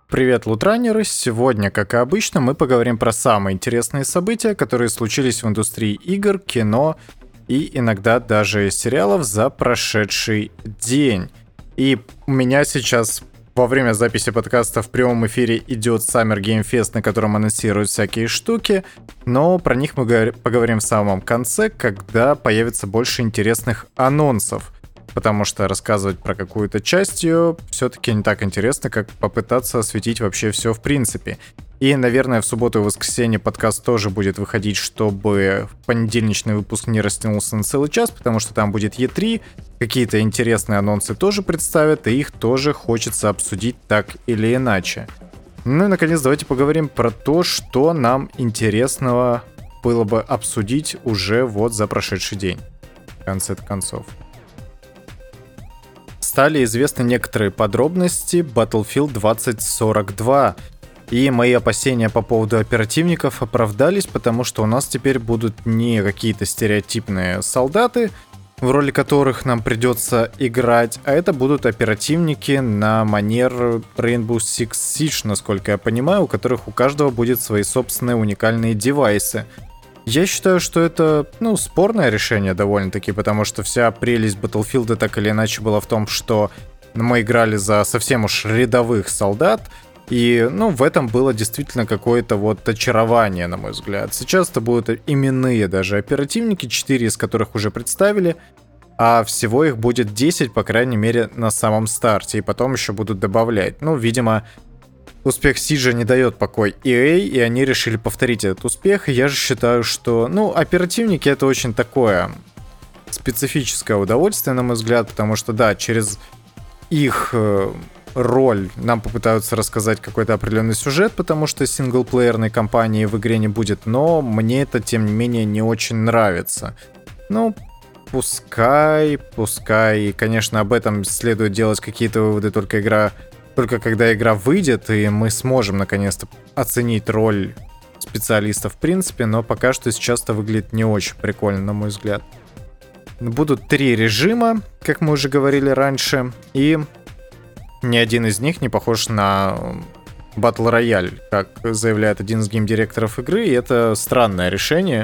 Привет, лутранеры! Сегодня, как и обычно, мы поговорим про самые интересные события, которые случились в индустрии игр, кино и иногда даже сериалов за прошедший день. И у меня сейчас во время записи подкаста в прямом эфире идет Summer Game Fest, на котором анонсируют всякие штуки, но про них мы поговорим в самом конце, когда появится больше интересных анонсов. Потому что рассказывать про какую-то часть ее все-таки не так интересно, как попытаться осветить вообще все в принципе. И, наверное, в субботу и воскресенье подкаст тоже будет выходить, чтобы понедельничный выпуск не растянулся на целый час, потому что там будет E3, какие-то интересные анонсы тоже представят, и их тоже хочется обсудить так или иначе. Ну и, наконец, давайте поговорим про то, что нам интересного было бы обсудить уже вот за прошедший день, в конце концов. Стали известны некоторые подробности Battlefield 2042, и мои опасения по поводу оперативников оправдались, потому что у нас теперь будут не какие-то стереотипные солдаты, в роли которых нам придется играть, а это будут оперативники на манер Rainbow Six Siege, насколько я понимаю, у которых у каждого будет свои собственные уникальные девайсы. Я считаю, что это, спорное решение довольно-таки, потому что вся прелесть Battlefield так или иначе была в том, что мы играли за совсем уж рядовых солдат, и, в этом было действительно какое-то вот очарование, на мой взгляд. Сейчас это будут именные даже оперативники, 4 из которых уже представили, а всего их будет 10, по крайней мере, на самом старте, и потом еще будут добавлять. Видимо, успех Сиджа не дает покой EA, и они решили повторить этот успех. И я же считаю, что, оперативники — это очень такое специфическое удовольствие, на мой взгляд, потому что, да, через их роль нам попытаются рассказать какой-то определенный сюжет, потому что синглплеерной кампании в игре не будет, но мне это, тем не менее, не очень нравится. Пускай, и, конечно, об этом следует делать какие-то выводы только когда игра выйдет, и мы сможем наконец-то оценить роль специалистов в принципе, но пока что сейчас это выглядит не очень прикольно, на мой взгляд. Будут 3 режима, как мы уже говорили раньше, и ни один из них не похож на Battle Royale, как заявляет один из геймдиректоров игры, и это странное решение.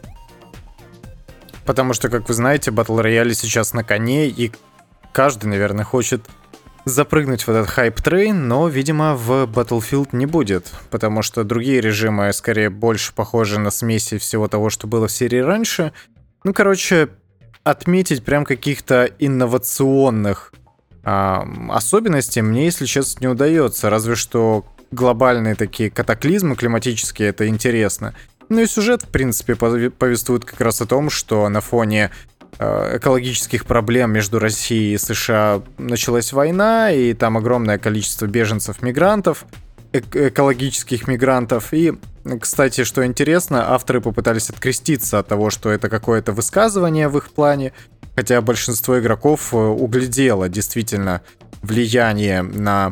Потому что, как вы знаете, Battle Royale сейчас на коне, и каждый, наверное, хочет запрыгнуть в этот хайп-трейн, но, видимо, в Battlefield не будет, потому что другие режимы, скорее, больше похожи на смеси всего того, что было в серии раньше. Отметить прям каких-то инновационных особенностей мне, если честно, не удается, разве что глобальные такие катаклизмы климатические, это интересно. И сюжет, в принципе, повествует как раз о том, что на фоне экологических проблем между Россией и США началась война, и там огромное количество беженцев-мигрантов, экологических мигрантов. И, кстати, что интересно, авторы попытались откреститься от того, что это какое-то высказывание в их плане, хотя большинство игроков углядело действительно влияние на...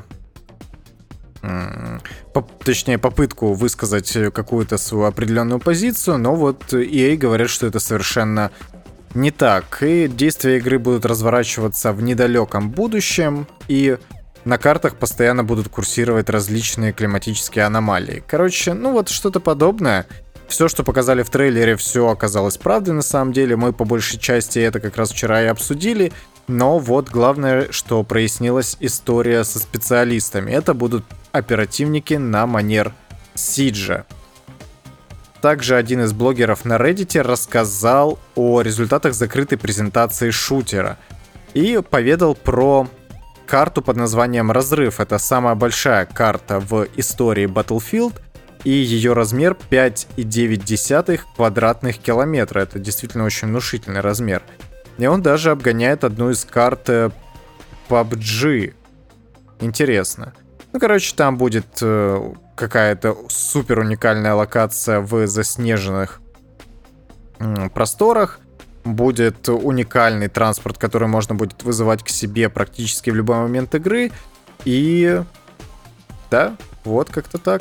Точнее, попытку высказать какую-то свою определенную позицию, но вот EA говорят, что это совершенно не так, и действия игры будут разворачиваться в недалеком будущем, и на картах постоянно будут курсировать различные климатические аномалии. Что-то подобное. Все, что показали в трейлере, все оказалось правдой на самом деле. Мы по большей части это как раз вчера и обсудили, но вот главное, что прояснилась история со специалистами. Это будут оперативники на манер Сиджа. Также один из блогеров на Reddit рассказал о результатах закрытой презентации шутера и поведал про карту под названием «Разрыв». Это самая большая карта в истории Battlefield, и ее размер 5,9 квадратных километра. Это действительно очень внушительный размер. И он даже обгоняет одну из карт PUBG. Интересно. Там будет какая-то супер уникальная локация в заснеженных просторах. Будет уникальный транспорт, который можно будет вызывать к себе практически в любой момент игры. И... да, вот как-то так.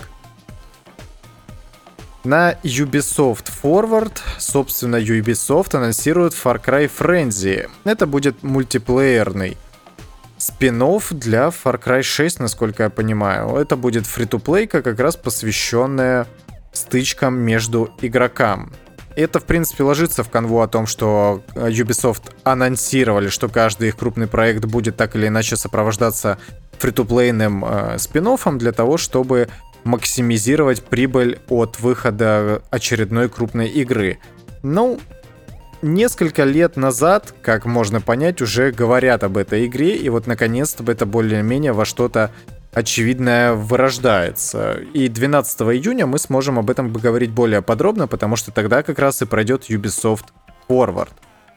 На Ubisoft Forward, собственно, Ubisoft анонсирует Far Cry Frenzy. Это будет мультиплеерный спин-офф для Far Cry 6, насколько я понимаю. Это будет фри-то-плейка, как раз посвященная стычкам между игрокам. Это, в принципе, ложится в канву о том, что Ubisoft анонсировали, что каждый их крупный проект будет так или иначе сопровождаться фри-то-плейным спин-оффом для того, чтобы максимизировать прибыль от выхода очередной крупной игры. Ну, несколько лет назад, как можно понять, уже говорят об этой игре, и вот наконец-то это более-менее во что-то очевидное вырождается. И 12 июня мы сможем об этом поговорить более подробно, потому что тогда как раз и пройдет Ubisoft Forward.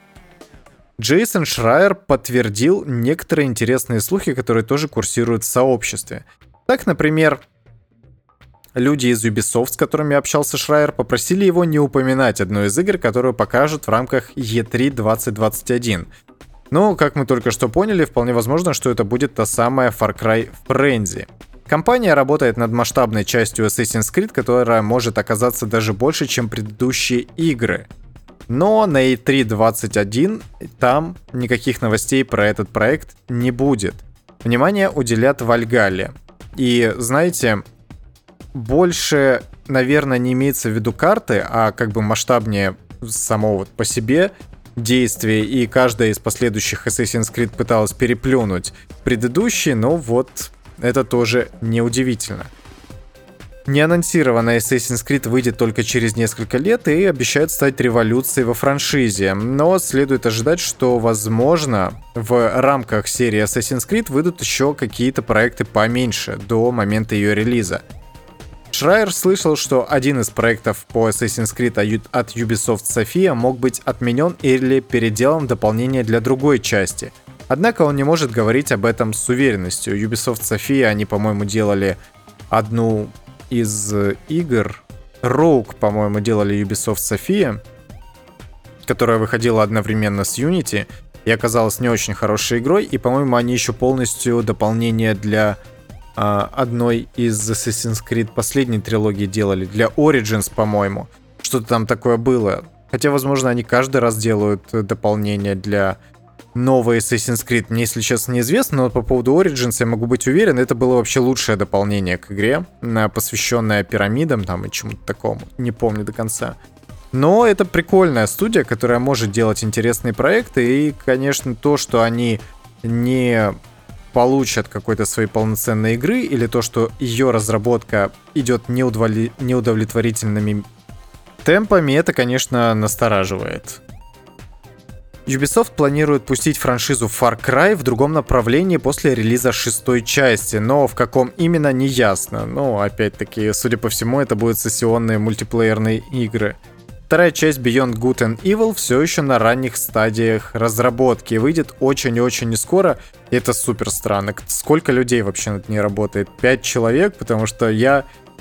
Джейсон Шрайер подтвердил некоторые интересные слухи, которые тоже курсируют в сообществе. Так, например, люди из Ubisoft, с которыми общался Шрайер, попросили его не упоминать одну из игр, которую покажут в рамках E3 2021. Но, как мы только что поняли, вполне возможно, что это будет та самая Far Cry Frenzy. Компания работает над масштабной частью Assassin's Creed, которая может оказаться даже больше, чем предыдущие игры. Но на E3 21 там никаких новостей про этот проект не будет. Внимание уделят Вальгалле. И, знаете, больше, наверное, не имеется в виду карты, а как бы масштабнее само вот по себе действие, и каждая из последующих Assassin's Creed пыталась переплюнуть предыдущие, но вот это тоже неудивительно. Неанонсированная Assassin's Creed выйдет только через несколько лет и обещает стать революцией во франшизе, но следует ожидать, что, возможно, в рамках серии Assassin's Creed выйдут еще какие-то проекты поменьше до момента ее релиза. Шрайер слышал, что один из проектов по Assassin's Creed от Ubisoft Sophia мог быть отменен или переделан в дополнение для другой части. Однако он не может говорить об этом с уверенностью. Ubisoft Sophia, они, по-моему, делали одну из игр. Rogue, по-моему, делали Ubisoft Sophia, которая выходила одновременно с Unity и оказалась не очень хорошей игрой. И, по-моему, они еще полностью дополнение для одной из Assassin's Creed последней трилогии делали, для Origins, по-моему. Что-то там такое было. Хотя, возможно, они каждый раз делают дополнение для новой Assassin's Creed. Мне, если честно, неизвестно, но по поводу Origins я могу быть уверен, это было вообще лучшее дополнение к игре, посвященное пирамидам там и чему-то такому. Не помню до конца. Но это прикольная студия, которая может делать интересные проекты, и, конечно, то, что они не получат какой-то своей полноценной игры, или то, что ее разработка идет неудовлетворительными темпами, это, конечно, настораживает. Ubisoft планирует пустить франшизу Far Cry в другом направлении после релиза шестой части, но в каком именно не ясно. Но, опять-таки, судя по всему, это будут сессионные мультиплеерные игры. Вторая часть Beyond Good and Evil все еще на ранних стадиях разработки. Выйдет очень и очень не скоро. И это супер странно. Сколько людей вообще над ней работает? 5 человек? Потому что я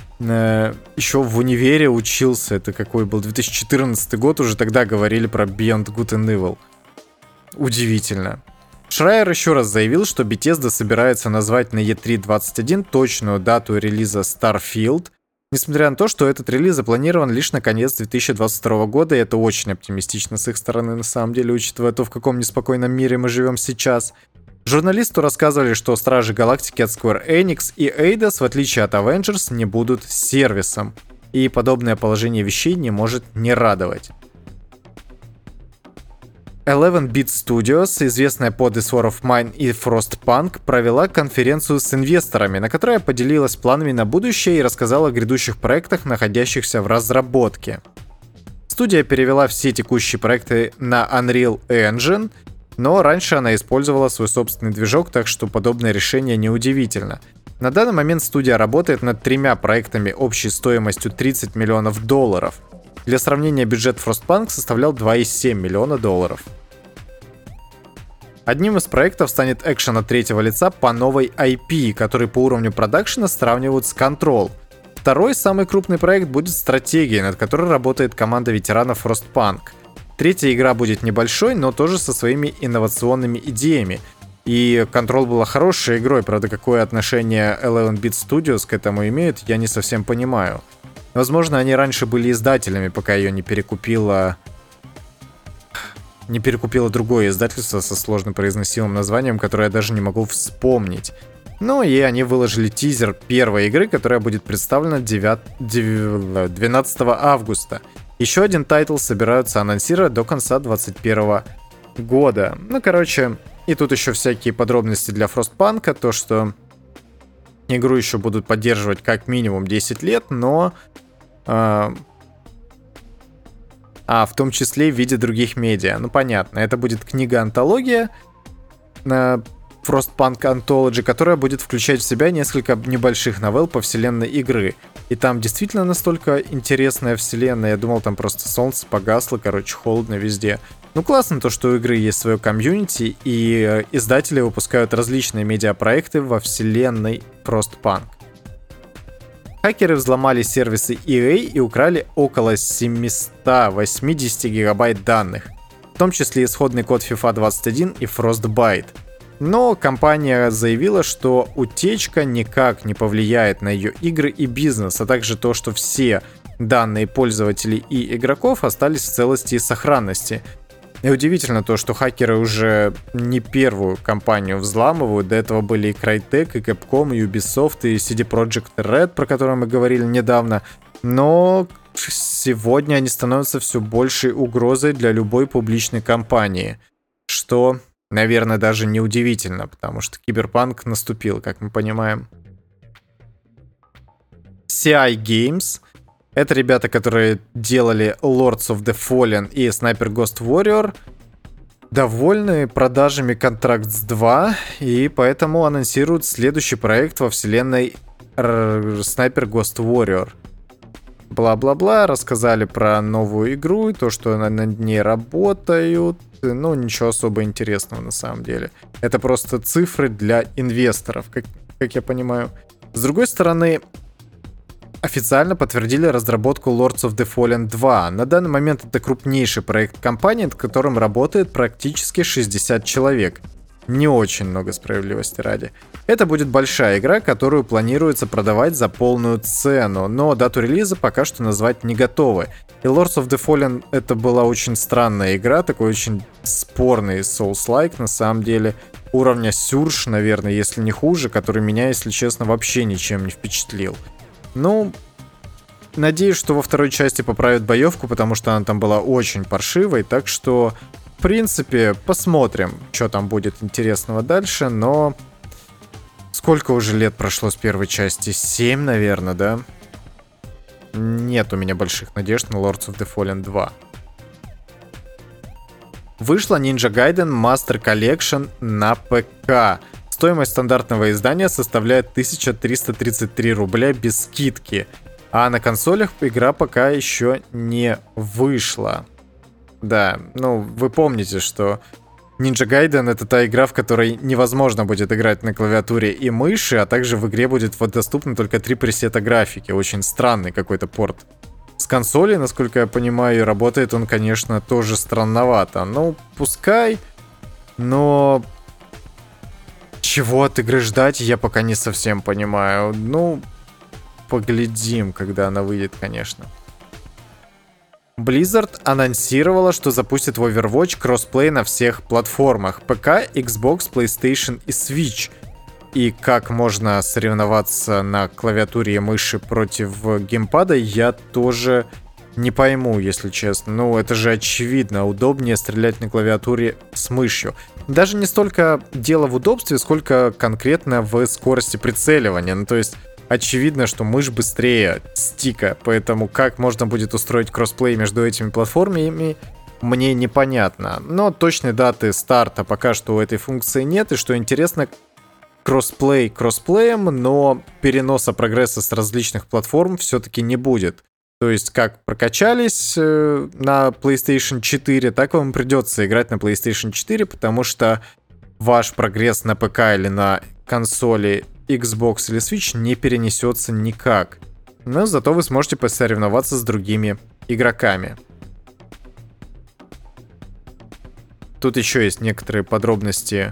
еще в универе учился. Это какой был? 2014 год. Уже тогда говорили про Beyond Good and Evil. Удивительно. Шрайер еще раз заявил, что Bethesda собирается назвать на E3 21 точную дату релиза Starfield. Несмотря на то, что этот релиз запланирован лишь на конец 2022 года, и это очень оптимистично с их стороны, на самом деле, учитывая то, в каком неспокойном мире мы живем сейчас. Журналисту рассказывали, что Стражи Галактики от Square Enix и Eidos, в отличие от Avengers, не будут сервисом, и подобное положение вещей не может не радовать. 11-Bit Studios, известная под The Sword of Mine и Frostpunk, провела конференцию с инвесторами, на которой поделилась планами на будущее и рассказала о грядущих проектах, находящихся в разработке. Студия перевела все текущие проекты на Unreal Engine, но раньше она использовала свой собственный движок, так что подобное решение неудивительно. На данный момент студия работает над 3 проектами общей стоимостью $30 миллионов. Для сравнения, бюджет Frostpunk составлял $2,7 миллиона. Одним из проектов станет экшен от третьего лица по новой IP, который по уровню продакшена сравнивают с Control. Второй, самый крупный проект, будет стратегией, над которой работает команда ветеранов Frostpunk. Третья игра будет небольшой, но тоже со своими инновационными идеями. И Control была хорошей игрой, правда, какое отношение 11-Bit Studios к этому имеют, я не совсем понимаю. Возможно, они раньше были издателями, пока ее не перекупила не перекупило другое издательство со сложно произносимым названием, которое я даже не могу вспомнить. Ну и они выложили тизер первой игры, которая будет представлена 12 августа. Еще один тайтл собираются анонсировать до конца 2021 года. Ну, короче, и тут еще всякие подробности для Frostpunk, то, что игру еще будут поддерживать как минимум 10 лет, но... в том числе в виде других медиа. Ну, понятно, это будет книга-антология Frostpunk Anthology, которая будет включать в себя несколько небольших новелл по вселенной игры. И там действительно настолько интересная вселенная. Я думал, там просто солнце погасло, короче, холодно везде. Ну, классно то, что у игры есть свое комьюнити, и издатели выпускают различные медиапроекты во вселенной Frostpunk. Хакеры взломали сервисы EA и украли около 780 гигабайт данных, в том числе исходный код FIFA 21 и Frostbite. Но компания заявила, что утечка никак не повлияет на ее игры и бизнес, а также то, что все данные пользователей и игроков остались в целости и сохранности. И удивительно то, что хакеры уже не первую компанию взламывают. До этого были и Crytek, и Capcom, и Ubisoft, и CD Projekt Red, про которую мы говорили недавно. Но сегодня они становятся все большей угрозой для любой публичной компании. Что, наверное, даже не удивительно, потому что киберпанк наступил, как мы понимаем. CI Games. Это ребята, которые делали Lords of the Fallen и Sniper Ghost Warrior, довольны продажами Contracts 2, и поэтому анонсируют следующий проект во вселенной Sniper Ghost Warrior. Бла-бла-бла, рассказали про новую игру и то, что над ней работают. Ну, ничего особо интересного на самом деле. Это просто цифры для инвесторов, как я понимаю. С другой стороны, официально подтвердили разработку Lords of the Fallen 2. На данный момент это крупнейший проект компании, над которым работает практически 60 человек. Не очень много, справедливости ради. Это будет большая игра, которую планируется продавать за полную цену, но дату релиза пока что назвать не готовы. И Lords of the Fallen это была очень странная игра, такой очень спорный Souls-like на самом деле. Уровня Surge, наверное, если не хуже, который меня, если честно, вообще ничем не впечатлил. Ну, надеюсь, что во второй части поправят боевку, потому что она там была очень паршивой, так что, в принципе, посмотрим, что там будет интересного дальше, но сколько уже лет прошло с первой части? 7, наверное, да? Нет у меня больших надежд на Lords of the Fallen 2. Вышла Ninja Gaiden Master Collection на ПК. Стоимость стандартного издания составляет 1333 рубля без скидки, а на консолях игра пока еще не вышла. Да, ну вы помните, что Ninja Gaiden это та игра, в которой невозможно будет играть на клавиатуре и мыши, а также в игре будет доступны только 3 пресета графики. Очень странный какой-то порт. С консоли, насколько я понимаю, работает он, конечно, тоже странновато. Ну, пускай, но... Чего от игры ждать, я пока не совсем понимаю. Ну, поглядим, когда она выйдет, конечно. Blizzard анонсировала, что запустит в Overwatch кроссплей на всех платформах: ПК, Xbox, PlayStation и Switch. И как можно соревноваться на клавиатуре и мыши против геймпада, я тоже не пойму, если честно. Ну, это же очевидно, удобнее стрелять на клавиатуре с мышью. Даже не столько дело в удобстве, сколько конкретно в скорости прицеливания. Ну, то есть, очевидно, что мышь быстрее стика, поэтому как можно будет устроить кроссплей между этими платформами, мне непонятно. Но точной даты старта пока что у этой функции нет, и что интересно, кроссплей кроссплеем, но переноса прогресса с различных платформ все-таки не будет. То есть, как прокачались на PlayStation 4, так вам придется играть на PlayStation 4, потому что ваш прогресс на ПК или на консоли Xbox или Switch не перенесется никак. Но зато вы сможете посоревноваться с другими игроками. Тут еще есть некоторые подробности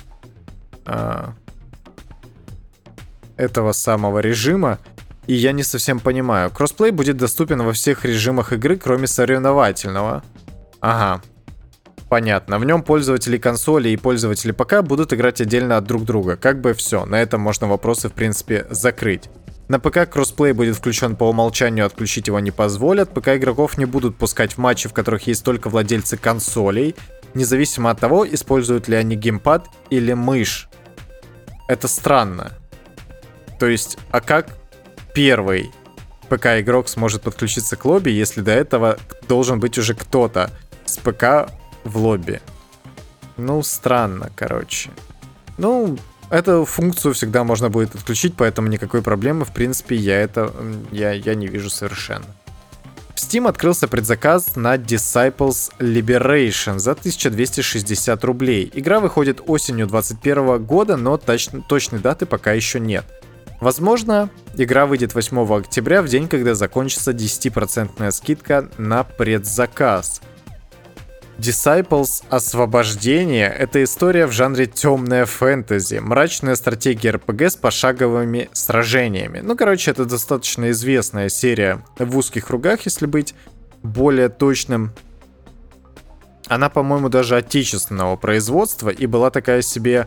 этого самого режима. И я не совсем понимаю. Кроссплей будет доступен во всех режимах игры, кроме соревновательного. Ага. понятно. В нем пользователи консоли и пользователи ПК будут играть отдельно от друг друга. Как бы все, на этом можно вопросы, в принципе, закрыть. На ПК кроссплей будет включен по умолчанию, отключить его не позволят. ПК игроков не будут пускать в матчи, в которых есть только владельцы консолей, независимо от того, используют ли они геймпад или мышь. Это странно. То есть, а как первый ПК-игрок сможет подключиться к лобби, если до этого должен быть уже кто-то с ПК в лобби? Ну, странно, короче. Ну, эту функцию всегда можно будет отключить, поэтому никакой проблемы, в принципе, я не вижу совершенно. В Steam открылся предзаказ на Disciples Liberation за 1260 рублей. Игра выходит осенью 2021 года, но точной даты пока еще нет. Возможно, игра выйдет 8 октября, в день, когда закончится 10% скидка на предзаказ. Disciples Освобождение — это история в жанре темная фэнтези, мрачная стратегия РПГ с пошаговыми сражениями. Ну, короче, это достаточно известная серия в узких кругах, если быть более точным. Она, по-моему, даже отечественного производства и была такая себе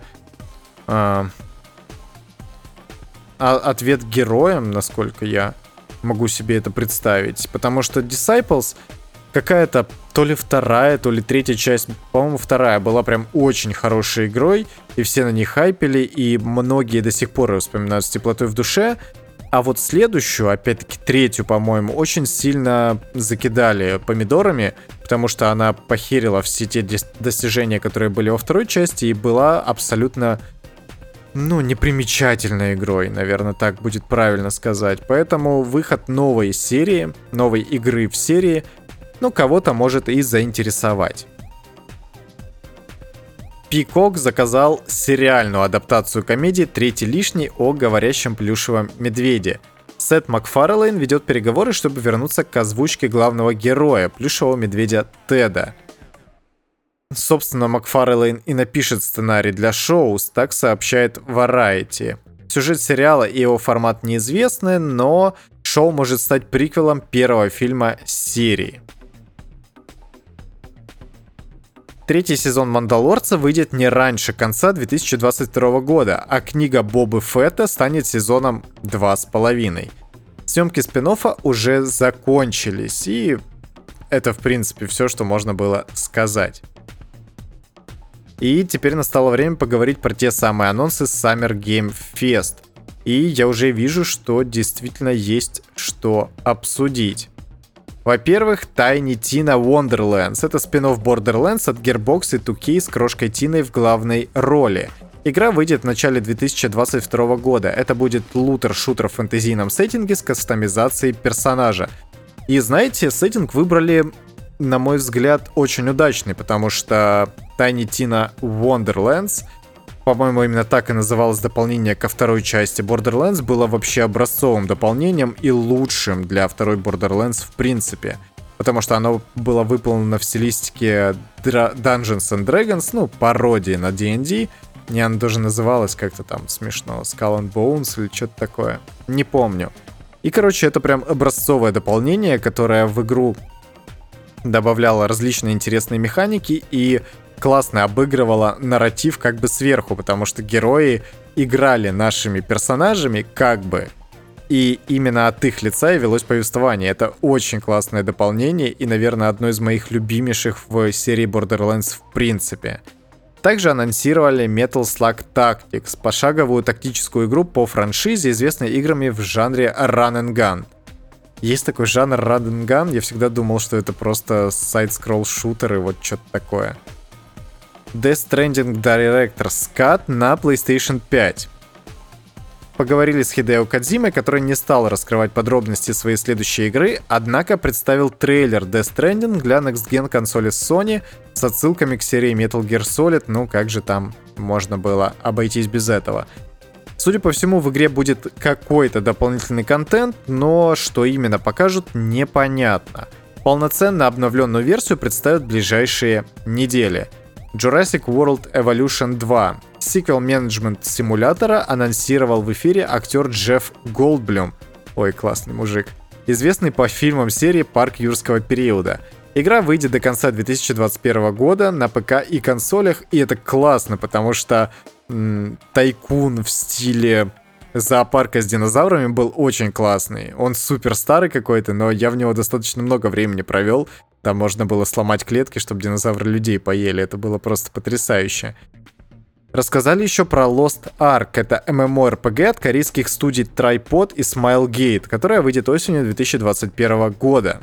ответ героям, насколько я могу себе это представить. Потому что Disciples какая-то то ли вторая, то ли третья часть, по-моему, вторая была прям очень хорошей игрой, и все на ней хайпели, и многие до сих пор ее вспоминают с теплотой в душе. А вот следующую, опять-таки третью, по-моему, очень сильно закидали помидорами, потому что она похерила все те достижения, которые были во второй части, и была абсолютно, непримечательной игрой, наверное, так будет правильно сказать. Поэтому выход новой серии, новой игры в серии, кого-то может и заинтересовать. Peacock заказал сериальную адаптацию комедии «Третий лишний» о говорящем плюшевом медведе. Сет Макфарлейн ведет переговоры, чтобы вернуться к озвучке главного героя, плюшевого медведя Теда. Собственно, Макфарлейн и напишет сценарий для шоу, так сообщает Variety. Сюжет сериала и его формат неизвестны, но шоу может стать приквелом первого фильма серии. Третий сезон «Мандалорца» выйдет не раньше конца 2022 года, а книга Бобы Фетта станет сезоном 2,5. Съемки спин-оффа уже закончились, и это, в принципе, все, что можно было сказать. И теперь настало время поговорить про те самые анонсы Summer Game Fest. И я уже вижу, что действительно есть что обсудить. Во-первых, Tiny Tina Wonderlands. Это спин-офф Borderlands от Gearbox и 2K с крошкой Тиной в главной роли. Игра выйдет в начале 2022 года. Это будет лутер-шутер в фэнтезийном сеттинге с кастомизацией персонажа. И знаете, сеттинг выбрали, на мой взгляд, очень удачный, потому что Tiny Tina Wonderlands, по-моему, именно так и называлось дополнение ко второй части Borderlands, было вообще образцовым дополнением и лучшим для второй Borderlands в принципе. Потому что оно было выполнено в стилистике Dungeons and Dragons, пародии на D&D. Не, оно даже называлось как-то там смешно, Skull and Bones или что-то такое. Не помню. И, короче, это прям образцовое дополнение, которое в игру добавляло различные интересные механики и классно обыгрывала нарратив как бы сверху, потому что герои играли нашими персонажами как бы, и именно от их лица и велось повествование. Это очень классное дополнение и, наверное, одно из моих любимейших в серии Borderlands в принципе. Также анонсировали Metal Slug Tactics, пошаговую тактическую игру по франшизе, известной играми в жанре Run and Gun. Есть такой жанр Run and Gun, я всегда думал, что это просто сайд-скролл-шутер и вот что-то такое. Death Stranding Director's Cut на PlayStation 5. Поговорили с Хидео Кодзимой, который не стал раскрывать подробности своей следующей игры, однако представил трейлер Death Stranding для Next Gen консоли Sony с отсылками к серии Metal Gear Solid, как же там можно было обойтись без этого. Судя по всему, в игре будет какой-то дополнительный контент, но что именно покажут, непонятно. Полноценно обновленную версию представят в ближайшие недели. Jurassic World Evolution 2. Сиквел менеджмент-симулятора анонсировал в эфире актер Джефф Голдблюм. Ой, классный мужик. Известный по фильмам серии «Парк юрского периода». Игра выйдет до конца 2021 года на ПК и консолях, и это классно, потому что тайкун в стиле зоопарка с динозаврами был очень классный. Он супер старый какой-то, но я в него достаточно много времени провел. Там можно было сломать клетки, чтобы динозавры людей поели. Это было просто потрясающе. Рассказали еще про Lost Ark. Это MMORPG от корейских студий Tripod и Smilegate, которая выйдет осенью 2021 года.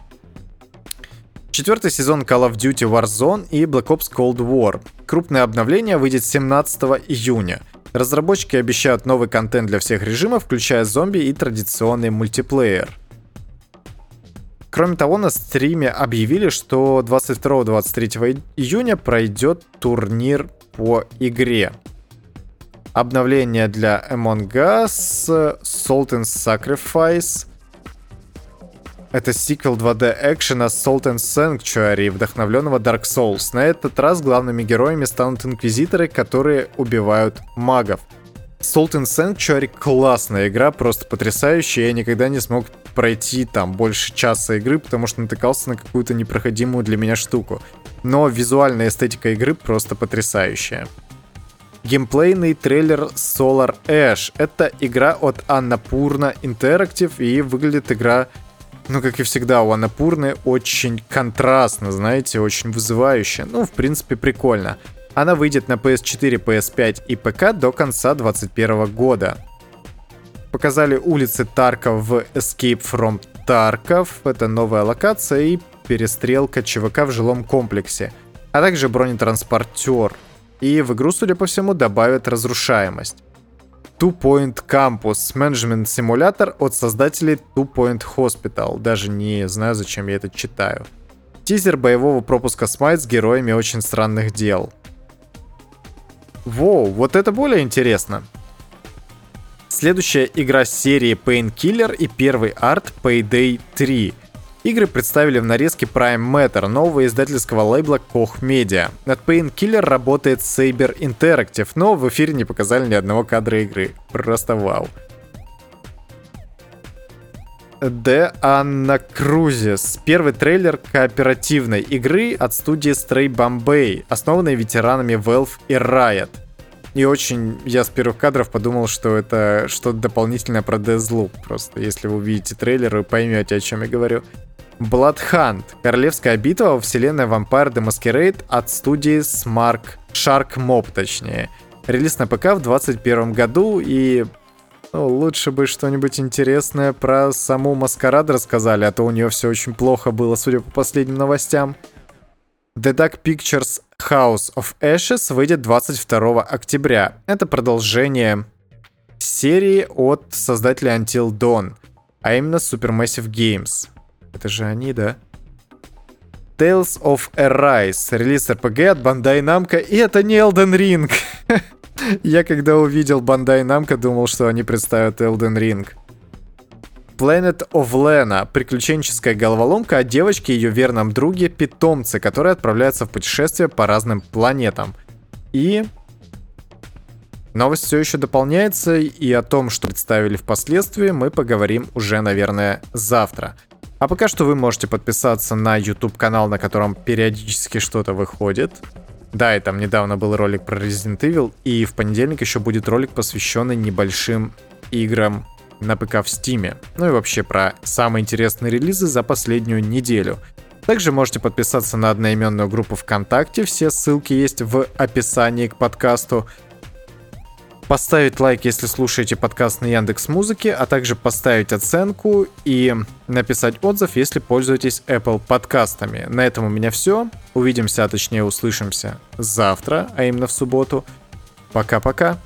4-й сезон Call of Duty Warzone и Black Ops Cold War. Крупное обновление выйдет 17 июня. Разработчики обещают новый контент для всех режимов, включая зомби и традиционный мультиплеер. Кроме того, на стриме объявили, что 22-23 июня пройдет турнир по игре. Обновление для Among Us, Salt and Sacrifice. Это сиквел 2D экшена Salt and Sanctuary, вдохновленного Dark Souls. На этот раз главными героями станут инквизиторы, которые убивают магов. Salt and Sanctuary классная игра, просто потрясающая. Я никогда не смог пройти там больше часа игры, потому что натыкался на какую-то непроходимую для меня штуку. Но визуальная эстетика игры просто потрясающая. Геймплейный трейлер Solar Ash. Это игра от Annapurna Interactive, и выглядит игра, ну, как и всегда, у Annapurna очень контрастно, знаете, очень вызывающе. Ну, в принципе, прикольно. Она выйдет на PS4, PS5 и ПК до конца 2021 года. Показали улицы Тарков в Escape from Tarkov. Это новая локация и перестрелка ЧВК в жилом комплексе. А также бронетранспортер. И в игру, судя по всему, добавят разрушаемость. Two Point Campus. Менеджмент-симулятор от создателей Two Point Hospital. Даже не знаю, зачем я это читаю. Тизер боевого пропуска Smite с героями очень странных дел. Воу, вот это более интересно. Следующая игра серии Painkiller и первый арт Payday 3. Игры представили в нарезке Prime Matter, нового издательского лейбла Koch Media. Над Painkiller работает Saber Interactive, но в эфире не показали ни одного кадра игры. Просто вау. The Anacrusis. Первый трейлер кооперативной игры от студии Stray Bombay, основанной ветеранами Valve и Riot. И очень я с первых кадров подумал, что это что-то дополнительное про Deathloop. Просто если вы увидите трейлер, вы поймете, о чем я говорю. Blood Hunt. Королевская битва во вселенной Vampire the Masquerade от студии Shark Mob, точнее. Релиз на ПК в 2021 году, и лучше бы что-нибудь интересное про саму Маскарад рассказали, а то у нее все очень плохо было, судя по последним новостям. The Dark Pictures House of Ashes выйдет 22 октября. Это продолжение серии от создателя Until Dawn, а именно Supermassive Games. Это же они, да? Tales of Arise. Релиз RPG от Bandai Namco, и это не Elden Ring. Я когда увидел Bandai Namco, думал, что они представят Elden Ring. Planet of Lena. Приключенческая головоломка о девочке и ее верном друге питомце, которые отправляются в путешествие по разным планетам. И новость все еще дополняется, и о том, что представили впоследствии, мы поговорим уже, наверное, завтра. А пока что вы можете подписаться на YouTube-канал, на котором периодически что-то выходит. Да, и там недавно был ролик про Resident Evil, и в понедельник еще будет ролик, посвященный небольшим играм на ПК в Steam. Ну и вообще про самые интересные релизы за последнюю неделю. Также можете подписаться на одноименную группу ВКонтакте, все ссылки есть в описании к подкасту. Поставить лайк, если слушаете подкаст на Яндекс.Музыке, а также поставить оценку и написать отзыв, если пользуетесь Apple подкастами. На этом у меня все. Увидимся, а точнее услышимся завтра, а именно в субботу. Пока-пока.